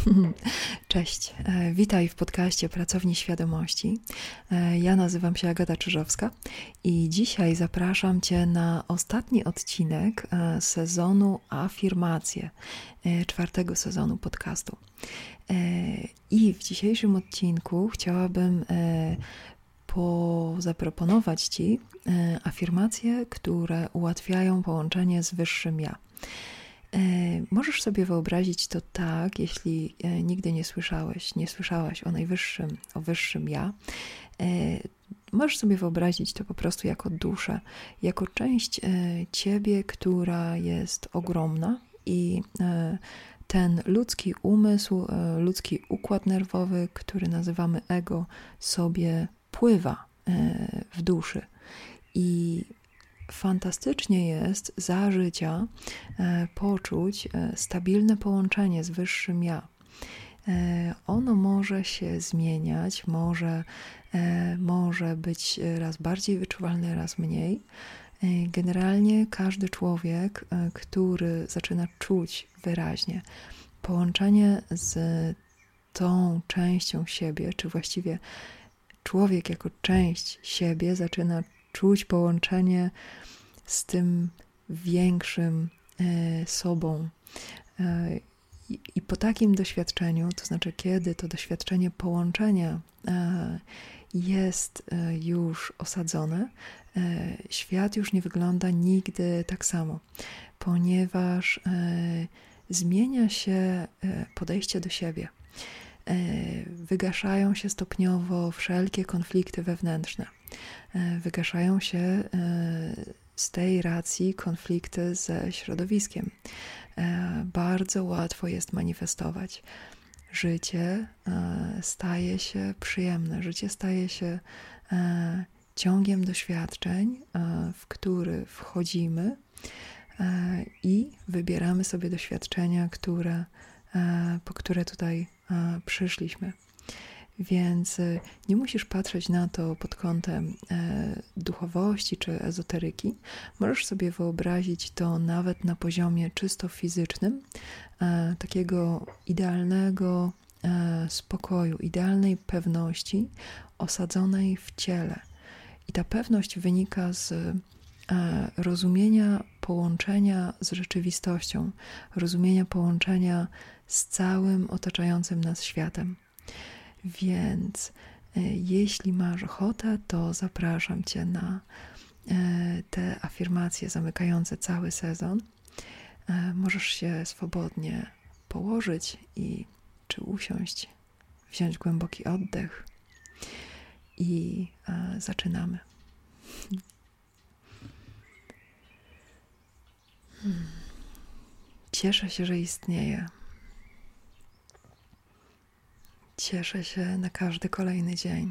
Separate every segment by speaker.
Speaker 1: Cześć, witaj w podcaście Pracowni Świadomości. Ja nazywam się Agata Czyżowska i dzisiaj zapraszam Cię na ostatni odcinek sezonu Afirmacje, czwartego sezonu podcastu. I w dzisiejszym odcinku chciałabym zaproponować Ci afirmacje, które ułatwiają połączenie z Wyższym Ja. Możesz sobie wyobrazić to tak, jeśli nigdy nie słyszałaś o Wyższym Ja. Możesz sobie wyobrazić to po prostu jako duszę, jako część Ciebie, która jest ogromna i ten ludzki umysł, ludzki układ nerwowy, który nazywamy ego, sobie pływa w duszy. I fantastycznie jest za życia poczuć stabilne połączenie z Wyższym Ja. Ono może się zmieniać, może być raz bardziej wyczuwalne, raz mniej. Generalnie każdy człowiek, który zaczyna czuć wyraźnie połączenie z tą częścią siebie, czy właściwie człowiek jako część siebie zaczyna czuć połączenie z tym większym sobą. I po takim doświadczeniu, to znaczy kiedy to doświadczenie połączenia jest już osadzone, świat już nie wygląda nigdy tak samo, ponieważ zmienia się podejście do siebie. Wygaszają się stopniowo wszelkie konflikty wewnętrzne. Wygaszają się z tej racji konflikty ze środowiskiem. Bardzo łatwo jest manifestować. Życie staje się przyjemne. Życie staje się ciągiem doświadczeń, w który wchodzimy i wybieramy sobie doświadczenia, po które tutaj przyszliśmy. Więc nie musisz patrzeć na to pod kątem duchowości czy ezoteryki. Możesz sobie wyobrazić to nawet na poziomie czysto fizycznym, takiego idealnego spokoju, idealnej pewności osadzonej w ciele. I ta pewność wynika z rozumienia połączenia z rzeczywistością, rozumienia połączenia z całym otaczającym nas światem. Więc jeśli masz ochotę, to zapraszam Cię na te afirmacje zamykające cały sezon. Możesz się swobodnie położyć czy usiąść, wziąć głęboki oddech i zaczynamy. Cieszę się, że istnieję. Cieszę się na każdy kolejny dzień.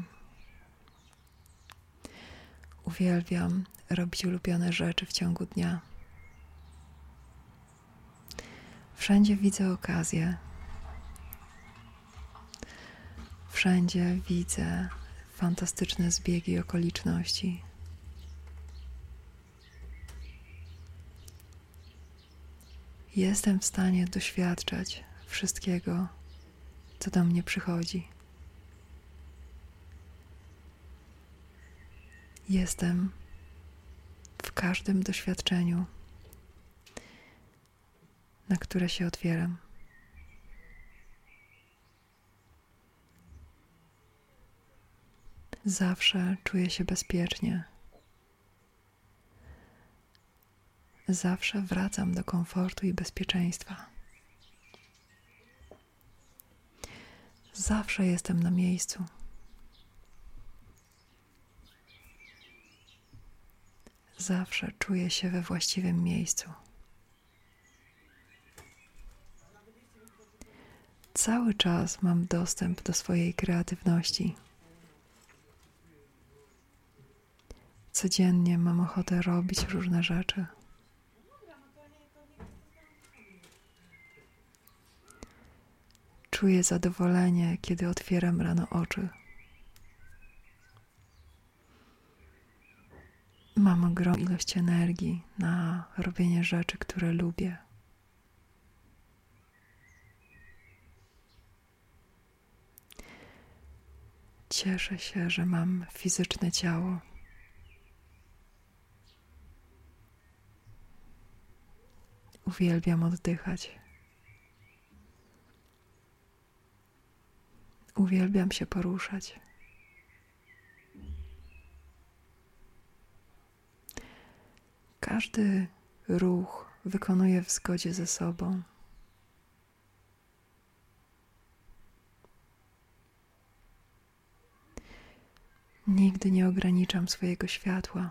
Speaker 1: Uwielbiam robić ulubione rzeczy w ciągu dnia. Wszędzie widzę okazję. Wszędzie widzę fantastyczne zbiegi okoliczności. Jestem w stanie doświadczać wszystkiego, co do mnie przychodzi. Jestem w każdym doświadczeniu, na które się otwieram. Zawsze czuję się bezpiecznie. Zawsze wracam do komfortu i bezpieczeństwa. Zawsze jestem na miejscu. Zawsze czuję się we właściwym miejscu. Cały czas mam dostęp do swojej kreatywności. Codziennie mam ochotę robić różne rzeczy. Czuję zadowolenie, kiedy otwieram rano oczy. Mam ogromną ilość energii na robienie rzeczy, które lubię. Cieszę się, że mam fizyczne ciało. Uwielbiam oddychać. Uwielbiam się poruszać. Każdy ruch wykonuję w zgodzie ze sobą. Nigdy nie ograniczam swojego światła.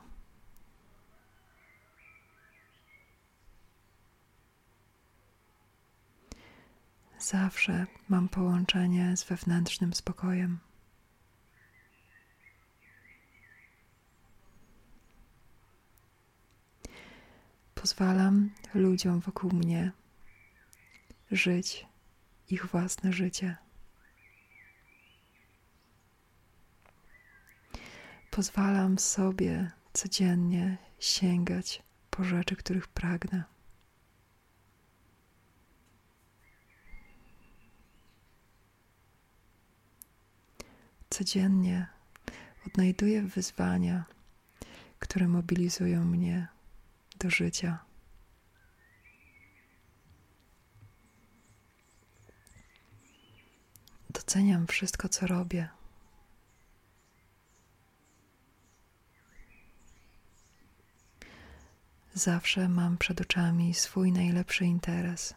Speaker 1: Zawsze mam połączenie z wewnętrznym spokojem. Pozwalam ludziom wokół mnie żyć ich własne życie. Pozwalam sobie codziennie sięgać po rzeczy, których pragnę. Codziennie odnajduję wyzwania, które mobilizują mnie do życia. Doceniam wszystko, co robię. Zawsze mam przed oczami swój najlepszy interes.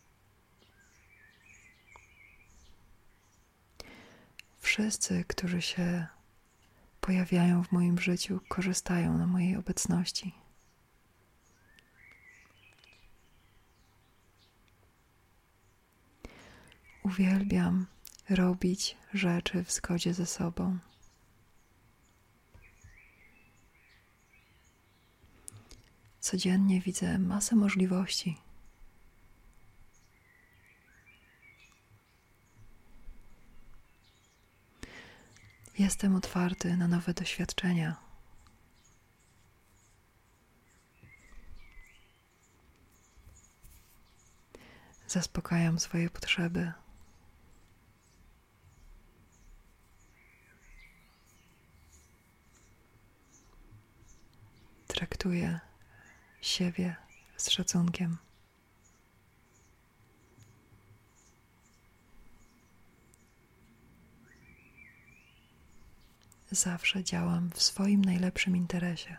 Speaker 1: Wszyscy, którzy się pojawiają w moim życiu, korzystają na mojej obecności. Uwielbiam robić rzeczy w zgodzie ze sobą. Codziennie widzę masę możliwości. Jestem otwarty na nowe doświadczenia. Zaspokajam swoje potrzeby. Traktuję siebie z szacunkiem. Zawsze działam w swoim najlepszym interesie.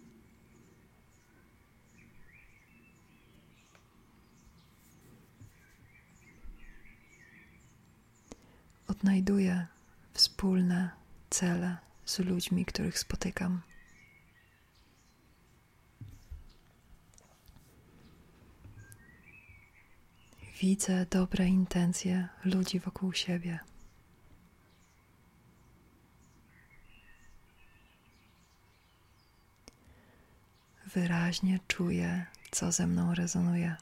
Speaker 1: Odnajduję wspólne cele z ludźmi, których spotykam. Widzę dobre intencje ludzi wokół siebie. Wyraźnie czuję, co ze mną rezonuje.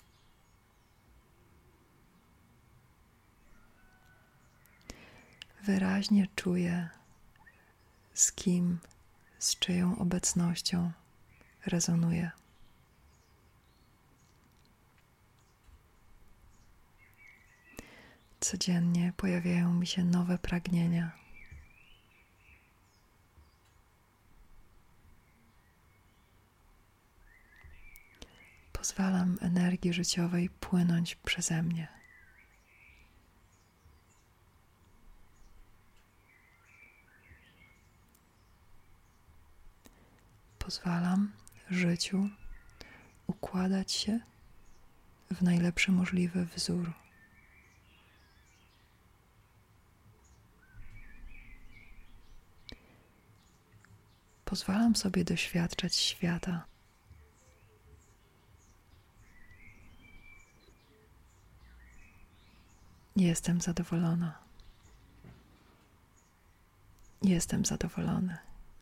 Speaker 1: Wyraźnie czuję, z kim, z czyją obecnością rezonuję. Codziennie pojawiają mi się nowe pragnienia. Pozwalam energii życiowej płynąć przeze mnie. Pozwalam życiu układać się w najlepszy możliwy wzór. Pozwalam sobie doświadczać świata. Jestem zadowolona. Jestem zadowolony.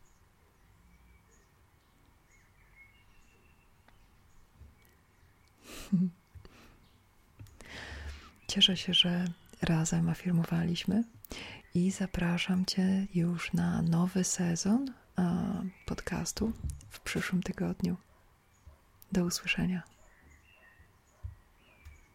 Speaker 1: Cieszę się, że razem afirmowaliśmy i zapraszam Cię już na nowy sezon podcastu w przyszłym tygodniu. Do usłyszenia.